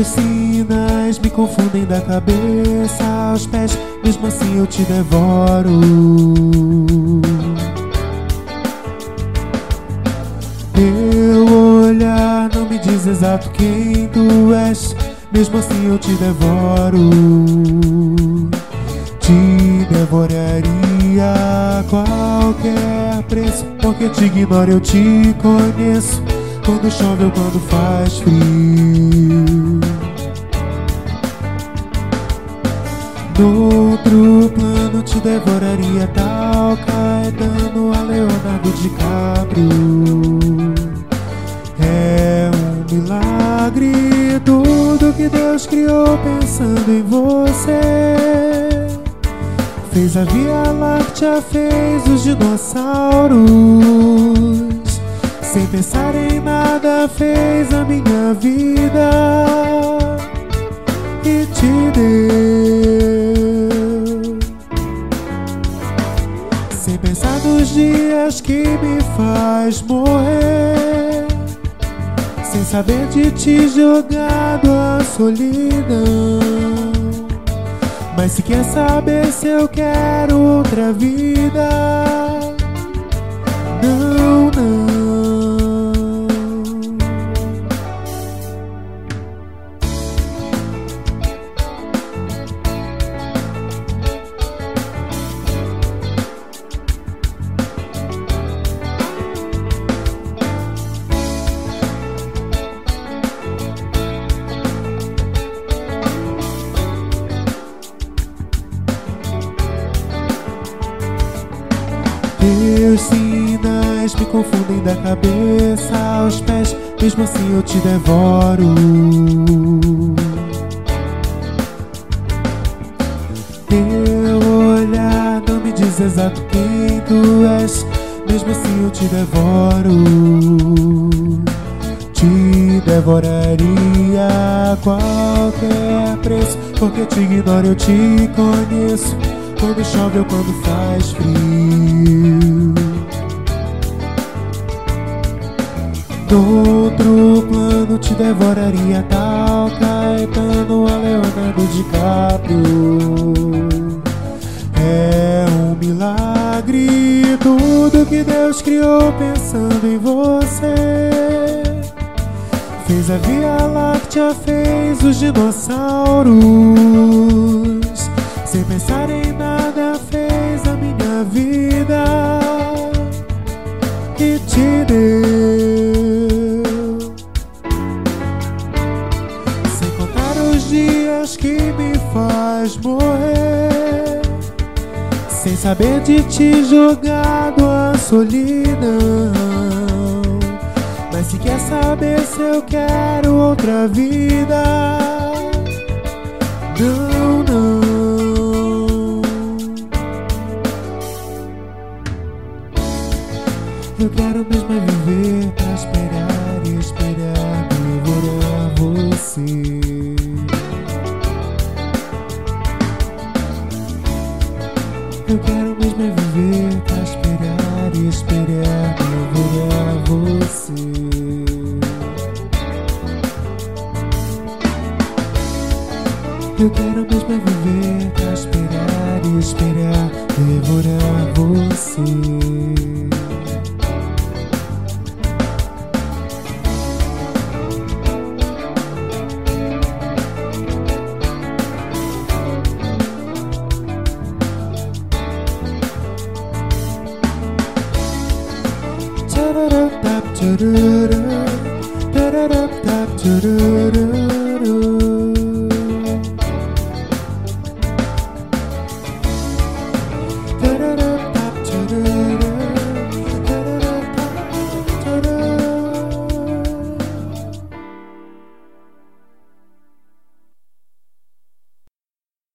Teus sinais me confundem da cabeça aos pés, mesmo assim eu te devoro. Teu olhar não me diz exato quem tu és, mesmo assim eu te devoro. Te devoraria a qualquer preço, porque te ignoro, eu te conheço. Quando chove ou quando faz frio. No outro plano te devoraria tal Caetano a Leonardo DiCaprio. É um milagre tudo que Deus criou pensando em você. Fez a Via Láctea, fez os dinossauros. Sem pensar em nada fez a minha vida e te deu. Sem pensar nos dias que me faz morrer, sem saber de ti jogado à solidão. Mas se quer saber se eu quero outra vida, não, não. Teus sinais me confundem da cabeça aos pés, mesmo assim eu te devoro. Teu olhar não me diz exato quem tu és, mesmo assim eu te devoro. Te devoraria a qualquer preço, porque te ignoro, eu te conheço. Quando chove ou quando faz frio. No outro plano te devoraria tal Caetano a Leonardo DiCaprio. É um milagre tudo que Deus criou pensando em você. Fez a Via Láctea, fez os dinossauros. Sem pensar em nada fez a minha vida e te deu. Sem contar os dias que me faz morrer, sem saber de ti jogado à solidão. Mas se quer saber se eu quero outra vida, não, não. Eu quero mesmo é viver pra esperar e esperar devorar você. Eu quero mesmo é viver pra esperar e esperar devorar você. Eu quero mesmo é viver pra esperar e esperar devorar você. Da da da da da da da da da da.